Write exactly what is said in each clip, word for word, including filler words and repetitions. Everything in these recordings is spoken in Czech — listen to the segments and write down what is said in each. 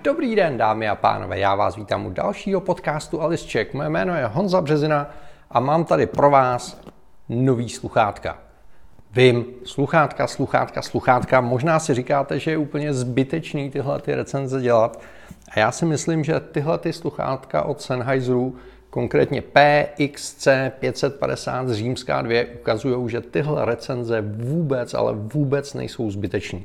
Dobrý den, dámy a pánové, já vás vítám u dalšího podcastu Alice Check. Moje jméno je Honza Březina a mám tady pro vás nový sluchátka. Vím, sluchátka, sluchátka, sluchátka, možná si říkáte, že je úplně zbytečný tyhle ty recenze dělat. A já si myslím, že tyhle ty sluchátka od Sennheiseru, konkrétně P X C pět set padesát římská dvě, ukazují, že tyhle recenze vůbec, ale vůbec nejsou zbytečný.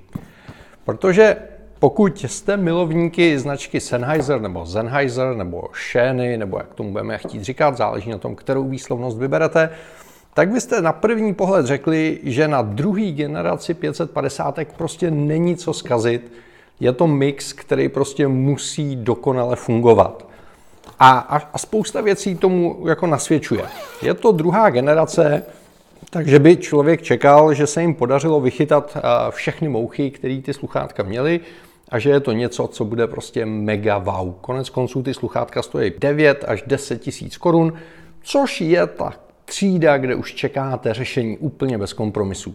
Protože pokud jste milovníky značky Sennheiser nebo Sennheiser nebo Sony, nebo jak tomu budeme chtít říkat, záleží na tom, kterou výslovnost vyberete, tak byste na první pohled řekli, že na druhý generaci pět set padesát prostě není co zkazit. Je to mix, který prostě musí dokonale fungovat. A, a, a spousta věcí tomu jako nasvědčuje. Je to druhá generace, takže by člověk čekal, že se jim podařilo vychytat všechny mouchy, které ty sluchátka měly, a že je to něco, co bude prostě mega wow. Konec konců ty sluchátka stojí devět až deset tisíc korun, což je ta třída, kde už čekáte řešení úplně bez kompromisů.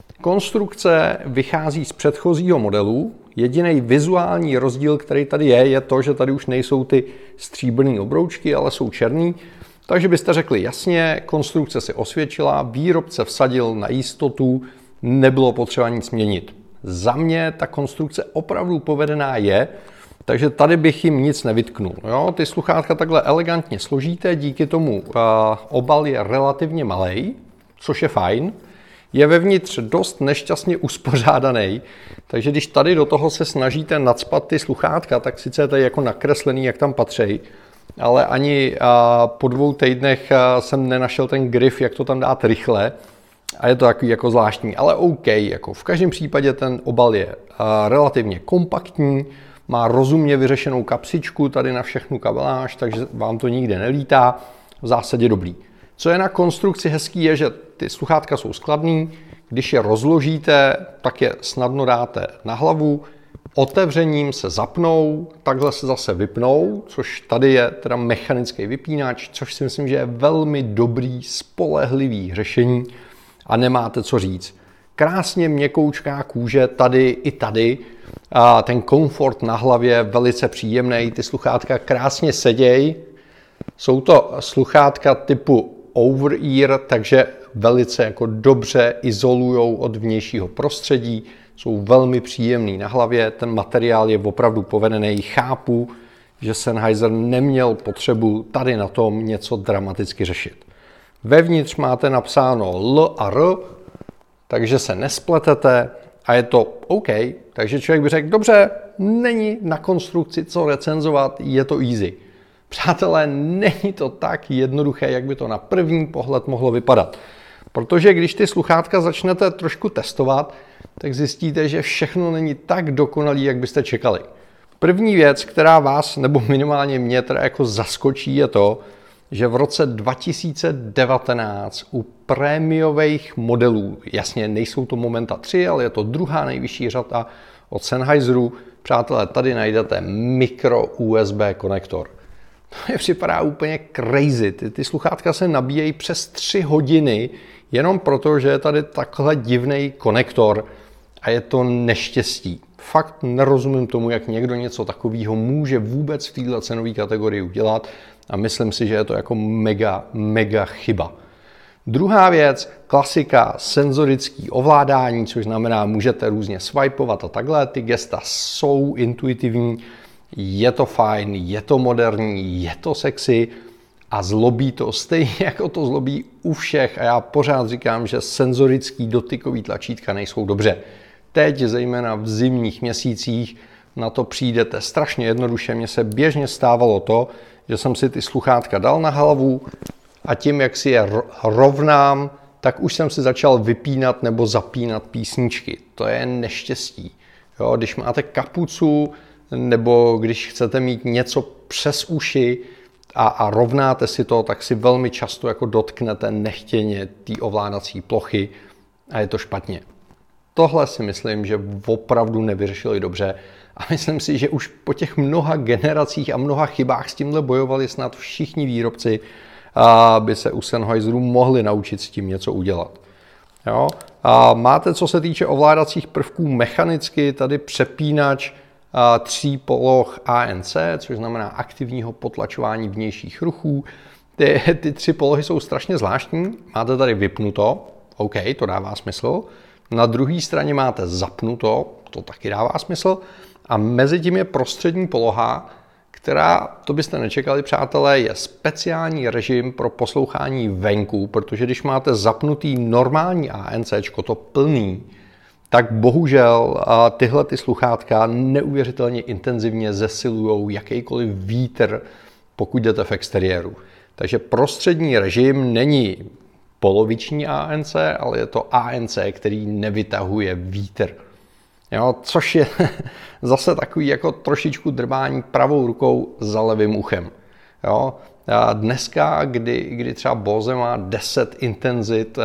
Konstrukce vychází z předchozího modelu. Jediný vizuální rozdíl, který tady je, je to, že tady už nejsou ty stříbrné obroučky, ale jsou černý. Takže byste řekli jasně, konstrukce si osvědčila, výrobce vsadil na jistotu, nebylo potřeba nic měnit. Za mě ta konstrukce opravdu povedená je, takže tady bych jim nic nevytknul. Jo? Ty sluchátka takhle elegantně složíte, díky tomu uh, obal je relativně malej, což je fajn. Je vevnitř dost nešťastně uspořádaný, takže když tady do toho se snažíte nacpat ty sluchátka, tak sice je tady jako nakreslený, jak tam patří, ale ani uh, po dvou týdnech uh, jsem nenašel ten grif, jak to tam dát rychle. A je to takový jako zvláštní, ale OK, jako v každém případě ten obal je uh, relativně kompaktní, má rozumně vyřešenou kapsičku tady na všechnu kabeláž, takže vám to nikde nelítá, v zásadě dobrý. Co je na konstrukci hezký je, že ty sluchátka jsou skladný, když je rozložíte, tak je snadno dáte na hlavu, otevřením se zapnou, takhle se zase vypnou, což tady je teda mechanický vypínač, což si myslím, že je velmi dobrý, spolehlivý řešení a nemáte co říct. Krásně měkoučká kůže tady i tady, a ten komfort na hlavě velice příjemný, ty sluchátka krásně sedějí, jsou to sluchátka typu over-ear, takže velice jako dobře izolujou od vnějšího prostředí, jsou velmi příjemný na hlavě, ten materiál je opravdu povedený, chápu, že Sennheiser neměl potřebu tady na tom něco dramaticky řešit. Vevnitř máte napsáno L a R, takže se nespletete a je to OK. Takže člověk by řekl, dobře, není na konstrukci co recenzovat, je to easy. Přátelé, není to tak jednoduché, jak by to na první pohled mohlo vypadat. Protože když ty sluchátka začnete trošku testovat, tak zjistíte, že všechno není tak dokonalý, jak byste čekali. První věc, která vás, nebo minimálně mě teda jako zaskočí, je to, že v roce dva tisíce devatenáct u prémiových modelů, jasně nejsou to Momenta tři, ale je to druhá nejvyšší řada od Sennheiseru, přátelé, tady najdete mikro U S B konektor. To mi připadá úplně crazy. Ty, ty sluchátka se nabíjejí přes tři hodiny, jenom proto, že je tady takhle divný konektor a je to neštěstí. Fakt nerozumím tomu, jak někdo něco takového může vůbec v této cenové kategorii udělat a myslím si, že je to jako mega, mega chyba. Druhá věc, klasika, senzorický ovládání, což znamená, můžete různě swipeovat a takhle, ty gesta jsou intuitivní, je to fajn, je to moderní, je to sexy a zlobí to stejně, jako to zlobí u všech a já pořád říkám, že senzorický dotykový tlačítka nejsou dobře. Teď, zejména v zimních měsících, na to přijdete strašně jednoduše. Mně se běžně stávalo to, že jsem si ty sluchátka dal na hlavu a tím, jak si je rovnám, tak už jsem si začal vypínat nebo zapínat písničky. To je neštěstí. Jo, když máte kapucu nebo když chcete mít něco přes uši a, a rovnáte si to, tak si velmi často jako dotknete nechtěně té ovládací plochy a je to špatně. Tohle si myslím, že opravdu nevyřešili dobře a myslím si, že už po těch mnoha generacích a mnoha chybách s tímhle bojovali snad všichni výrobci, aby se u Sennheiseru mohli naučit s tím něco udělat. Jo? A máte, co se týče ovládacích prvků, mechanicky tady přepínač tří poloh A N C, což znamená aktivního potlačování vnějších ruchů. Ty, ty tři polohy jsou strašně zvláštní. Máte tady vypnuto, OK, to dává smysl. Na druhé straně máte zapnuto, to taky dává smysl. A mezi tím je prostřední poloha, která, to byste nečekali, přátelé, je speciální režim pro poslouchání venku, protože když máte zapnutý normální ANCčko, to plný, tak bohužel tyhle ty sluchátka neuvěřitelně intenzivně zesilují jakýkoliv vítr, pokud jdete v exteriéru. Takže prostřední režim není poloviční A N C, ale je to A N C, který nevytahuje vítr. Jo, což je zase takový jako trošičku drbání pravou rukou za levým uchem. Jo. A dneska, kdy, kdy třeba Bose má deset intenzit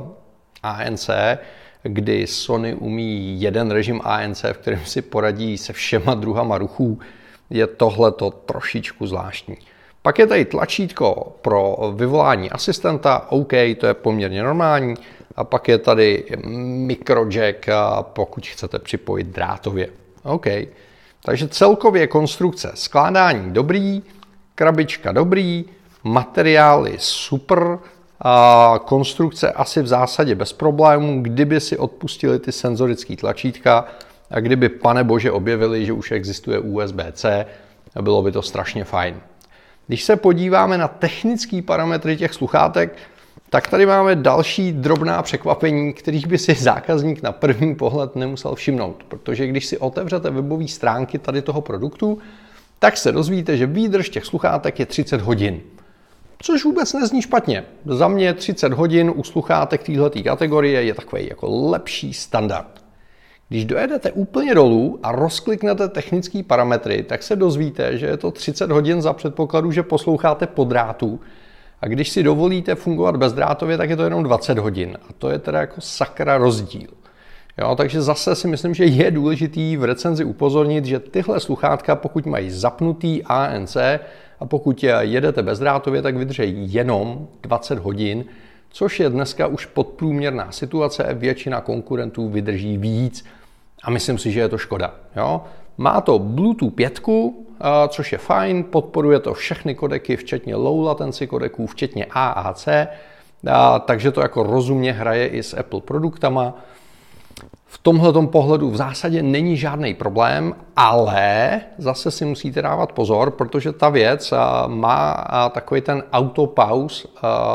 A N C, kdy Sony umí jeden režim A N C, v kterém si poradí se všema druhama ruchů, je tohleto trošičku zvláštní. Pak je tady tlačítko pro vyvolání asistenta, OK, to je poměrně normální. A pak je tady microjack, pokud chcete připojit drátově. OK. Takže celkově konstrukce skládání dobrý, krabička dobrý, materiály super, a konstrukce asi v zásadě bez problémů, kdyby si odpustili ty senzorické tlačítka a kdyby, pane bože, objevili, že už existuje U S B C, bylo by to strašně fajn. Když se podíváme na technické parametry těch sluchátek, tak tady máme další drobná překvapení, kterých by si zákazník na první pohled nemusel všimnout. Protože když si otevřete webové stránky tady toho produktu, tak se dozvíte, že výdrž těch sluchátek je třicet hodin. Což vůbec nezní špatně. Za mě třicet hodin u sluchátek této kategorie je takový jako lepší standard. Když dojedete úplně dolů a rozkliknete technické parametry, tak se dozvíte, že je to třicet hodin za předpokladu, že posloucháte po drátu. A když si dovolíte fungovat bezdrátově, tak je to jenom dvacet hodin. A to je teda jako sakra rozdíl. Jo, takže zase si myslím, že je důležitý v recenzi upozornit, že tyhle sluchátka, pokud mají zapnutý A N C a pokud jedete bezdrátově, tak vydrží jenom dvacet hodin, což je dneska už podprůměrná situace. Většina konkurentů vydrží víc a myslím si, že je to škoda. Jo? Má to Bluetooth pět, což je fajn, podporuje to všechny kodeky, včetně low latency kodeků, včetně A A C, takže to jako rozumně hraje i s Apple produktama. V tomhletom pohledu v zásadě není žádný problém, ale zase si musíte dávat pozor, protože ta věc má takový ten auto pause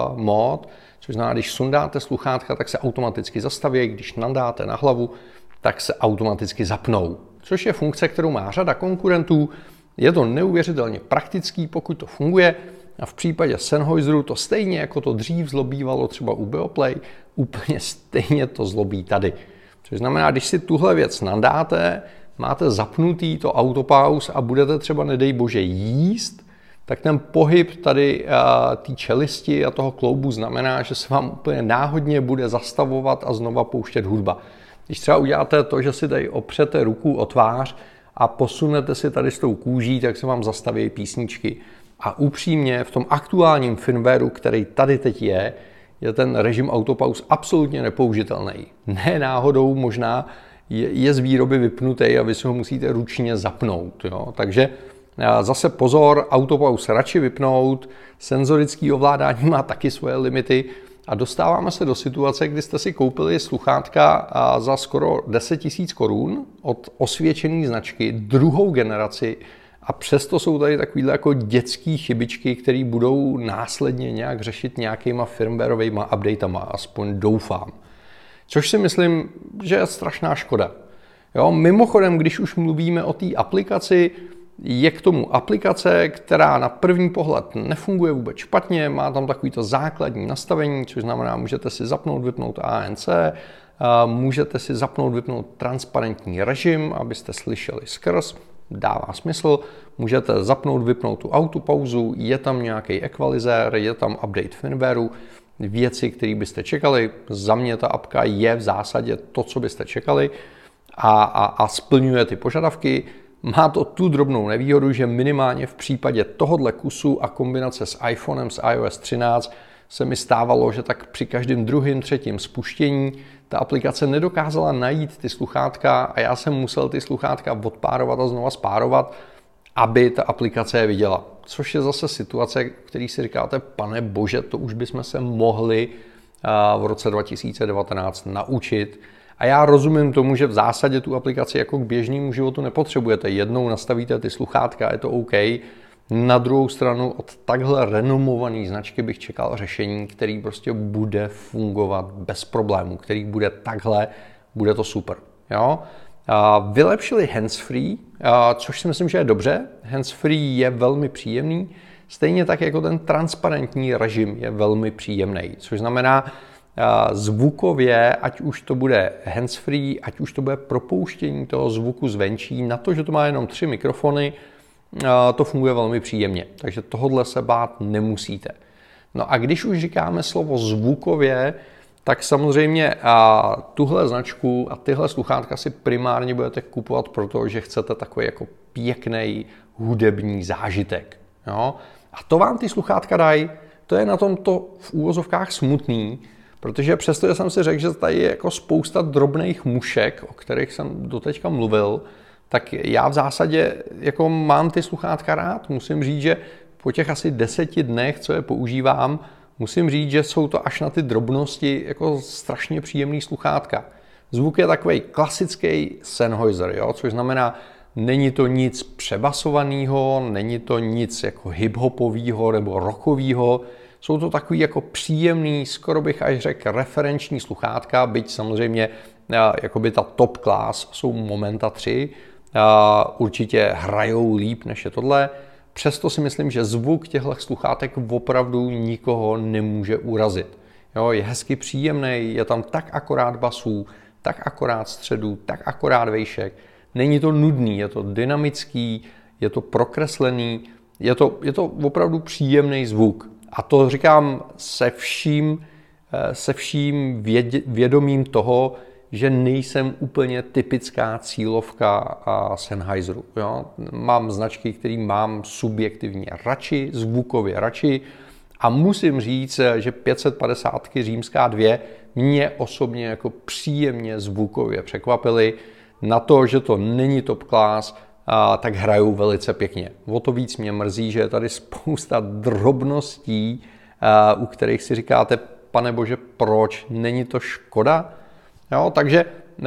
mod, což znamená, když sundáte sluchátka, tak se automaticky zastaví, když nadáte na hlavu, tak se automaticky zapnou. Což je funkce, kterou má řada konkurentů. Je to neuvěřitelně praktický, pokud to funguje. A v případě Sennheiseru to stejně, jako to dřív zlobívalo třeba u Beoplay, úplně stejně to zlobí tady. Což znamená, když si tuhle věc nadáte, máte zapnutý to autopause a budete třeba, nedej bože, jíst, tak ten pohyb tady té čelisti a toho kloubu znamená, že se vám úplně náhodně bude zastavovat a znova pouštět hudba. Když třeba uděláte to, že si tady opřete ruku o tvář a posunete si tady s tou kůží, tak se vám zastaví písničky. A upřímně v tom aktuálním firmwareu, který tady teď je, je ten režim autopause absolutně nepoužitelný. Ne náhodou možná je, je z výroby vypnutý a vy si ho musíte ručně zapnout. Jo? Takže zase pozor, autopause radši vypnout, senzorický ovládání má taky svoje limity a dostáváme se do situace, kdy jste si koupili sluchátka za skoro deset tisíc korun od osvědčené značky, druhou generaci, a přesto jsou tady takovýhle jako dětský chybičky, které budou následně nějak řešit nějakýma firmwareovejma updatama, aspoň doufám. Což si myslím, že je strašná škoda. Jo, mimochodem, když už mluvíme o té aplikaci, je k tomu aplikace, která na první pohled nefunguje vůbec špatně, má tam takovýto základní nastavení, což znamená, můžete si zapnout, vypnout A N C, můžete si zapnout, vypnout transparentní režim, abyste slyšeli skrz, dává smysl, můžete zapnout, vypnout tu autopauzu, je tam nějaký equalizer, je tam update firmwareu, věci, které byste čekali. Za mě ta apka je v zásadě to, co byste čekali a, a, a splňuje ty požadavky. Má to tu drobnou nevýhodu, že minimálně v případě tohohle kusu a kombinace s iPhonem s i O S třináct se mi stávalo, že tak při každém druhém, třetím spuštění ta aplikace nedokázala najít ty sluchátka a já jsem musel ty sluchátka odpárovat a znova spárovat, aby ta aplikace je viděla. Což je zase situace, který si říkáte, pane bože, to už bychom se mohli v roce dva tisíce devatenáct naučit. A já rozumím tomu, že v zásadě tu aplikaci jako k běžnému životu nepotřebujete. Jednou nastavíte ty sluchátka, je to OK. Na druhou stranu od takhle renomované značky bych čekal řešení, který prostě bude fungovat bez problémů, který bude takhle, bude to super. Jo? Vylepšili handsfree, což si myslím, že je dobře. Handsfree je velmi příjemný, stejně tak jako ten transparentní režim je velmi příjemný, což znamená zvukově, ať už to bude handsfree, ať už to bude propouštění toho zvuku zvenčí, na to, že to má jenom tři mikrofony, to funguje velmi příjemně, takže tohodle se bát nemusíte. No a když už říkáme slovo zvukově, tak samozřejmě a tuhle značku a tyhle sluchátka si primárně budete kupovat, protože chcete takový jako pěkný hudební zážitek. Jo? A to vám ty sluchátka dají, to je na tomto v úvozovkách smutný, protože přestože jsem si řekl, že tady je jako spousta drobných mušek, o kterých jsem doteďka mluvil, tak já v zásadě jako mám ty sluchátka rád. Musím říct, že po těch asi deseti dnech, co je používám, musím říct, že jsou to až na ty drobnosti jako strašně příjemný sluchátka. Zvuk je takový klasický Sennheiser, jo? Což znamená, není to nic přebasovaného, není to nic jako hip-hopového nebo rockového. Jsou to takový jako příjemný, skoro bych až řekl referenční sluchátka, byť samozřejmě jakoby ta top class jsou Momenta tři, určitě hrajou líp než je tohle. Přesto si myslím, že zvuk těchto sluchátek opravdu nikoho nemůže urazit. Jo, je hezky příjemný, je tam tak akorát basů, tak akorát středů, tak akorát vejšek. Není to nudný, je to dynamický, je to prokreslený, je to, je to opravdu příjemný zvuk. A to říkám se vším, se vším vědomím toho, že nejsem úplně typická cílovka Sennheiseru. Jo? Mám značky, které mám subjektivně radši, zvukově radši a musím říct, že pět set padesát římská dvě mě osobně jako příjemně zvukově překvapily. Na to, že to není top class, tak hrajou velice pěkně. O to víc mě mrzí, že je tady spousta drobností, u kterých si říkáte, pane bože, proč? Není to škoda? Jo, takže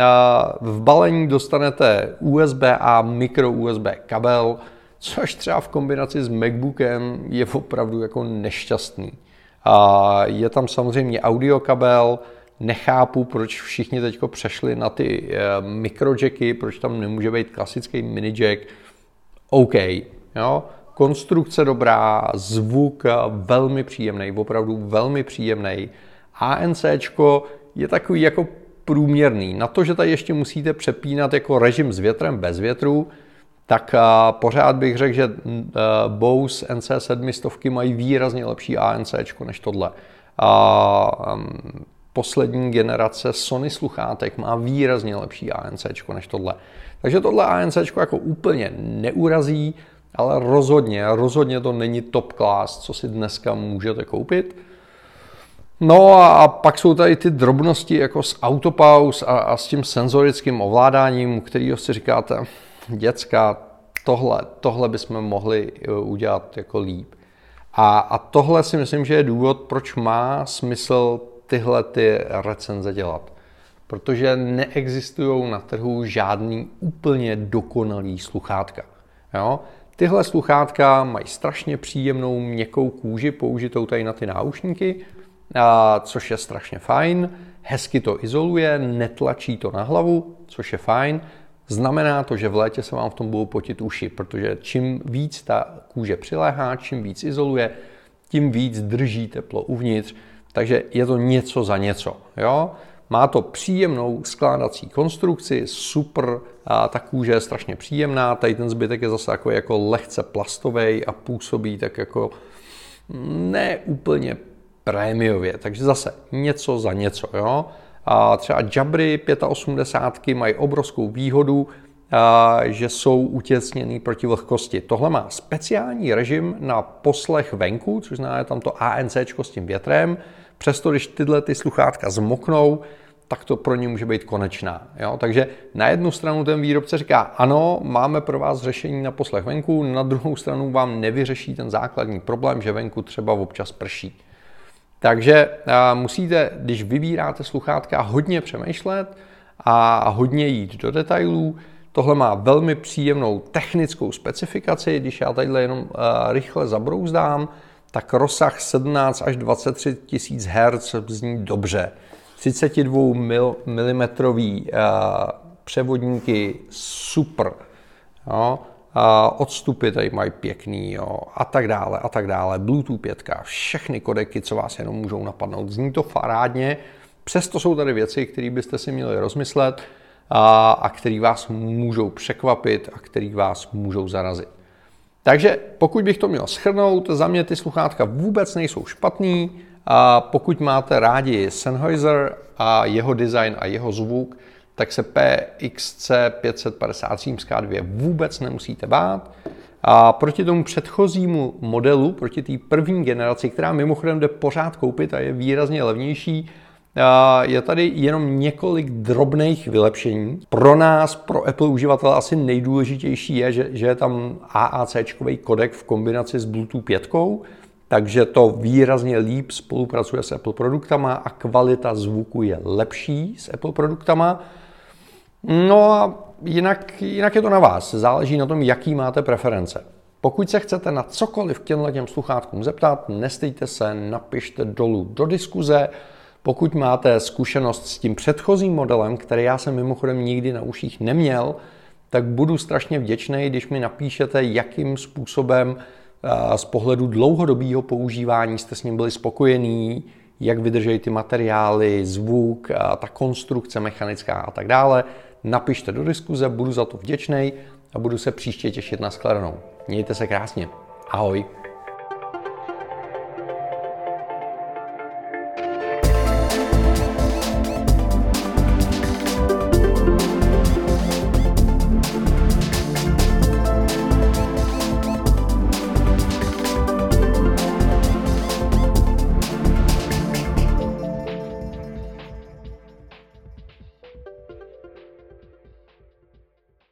v balení dostanete U S B a micro U S B kabel, což třeba v kombinaci s MacBookem je opravdu jako nešťastný. Je tam samozřejmě audio kabel, nechápu, proč všichni teď přešli na ty mikrojacky, proč tam nemůže být klasický mini jack. OK, jo. Konstrukce dobrá, zvuk velmi příjemný, opravdu velmi příjemný. ANCčko je takový jako průměrný. Na to, že tady ještě musíte přepínat jako režim s větrem bez větru, tak pořád bych řekl, že Bose N C sedm stovky mají výrazně lepší ANCčko než tohle. A poslední generace Sony sluchátek má výrazně lepší ANCčko než tohle. Takže tohle ANCčko jako úplně neurazí, ale rozhodně, rozhodně to není top class, co si dneska můžete koupit. No a pak jsou tady ty drobnosti jako s autopause a, a s tím senzorickým ovládáním, kterýho si říkáte, děcka, tohle, tohle bychom mohli udělat jako líp. A, a tohle si myslím, že je důvod, proč má smysl tyhle ty recenze dělat. Protože neexistují na trhu žádný úplně dokonalý sluchátka. Jo? Tyhle sluchátka mají strašně příjemnou měkkou kůži použitou tady na ty náušníky, a což je strašně fajn. Hezky to izoluje, netlačí to na hlavu, což je fajn. Znamená to, že v létě se vám v tom budou potit uši, protože čím víc ta kůže přiléhá, čím víc izoluje, tím víc drží teplo uvnitř. Takže je to něco za něco. Jo? Má to příjemnou skládací konstrukci, super, a ta kůže je strašně příjemná, tady ten zbytek je zase takový jako lehce plastový a působí tak jako ne úplně prémiově, takže zase něco za něco. Jo? A třeba Jabry osmdesát pět mají obrovskou výhodu, že jsou utěsněný proti vlhkosti. Tohle má speciální režim na poslech venku, což znamená tam to ANCčko s tím větrem. Přesto, když tyhle ty sluchátka zmoknou, tak to pro ně může být konečná. Jo? Takže na jednu stranu ten výrobce říká, ano, máme pro vás řešení na poslech venku, na druhou stranu vám nevyřeší ten základní problém, že venku třeba občas prší. Takže a, musíte, když vybíráte sluchátka, hodně přemýšlet a hodně jít do detailů. Tohle má velmi příjemnou technickou specifikaci, když já tadyhle jenom a, rychle zabrouzdám, tak rozsah sedmnáct až dvacet tři tisíc hertzů zní dobře. třicet dva milimetrů převodníky super. Jo. A odstupy tady mají pěkný, jo, a tak dále, a tak dále. Bluetooth pět, všechny kodeky, co vás jenom můžou napadnout. Zní to parádně, přesto jsou tady věci, které byste si měli rozmyslet a, a které vás můžou překvapit a které vás můžou zarazit. Takže pokud bych to měl shrnout, za mě ty sluchátka vůbec nejsou špatný. A pokud máte rádi Sennheiser a jeho design a jeho zvuk, tak se P X C pět set padesát dva vůbec nemusíte bát. A proti tomu předchozímu modelu, proti té první generaci, která mimochodem jde pořád koupit a je výrazně levnější, je tady jenom několik drobných vylepšení. Pro nás, pro Apple uživatele, asi nejdůležitější je, že, že je tam A A C-čkový kodek v kombinaci s Bluetooth pět, takže to výrazně líp spolupracuje s Apple produktama a kvalita zvuku je lepší s Apple produktama. No a jinak, jinak je to na vás. Záleží na tom, jaký máte preference. Pokud se chcete na cokoliv k těmhle těm sluchátkům zeptat, nestejte se, napište dolů do diskuze. Pokud máte zkušenost s tím předchozím modelem, který já jsem mimochodem nikdy na uších neměl, tak budu strašně vděčný, když mi napíšete, jakým způsobem z pohledu dlouhodobého používání jste s ním byli spokojení, jak vydržejí ty materiály, zvuk, ta konstrukce mechanická a tak dále. Napište do diskuze, budu za to vděčný a budu se příště těšit na shledanou. Mějte se krásně. Ahoj.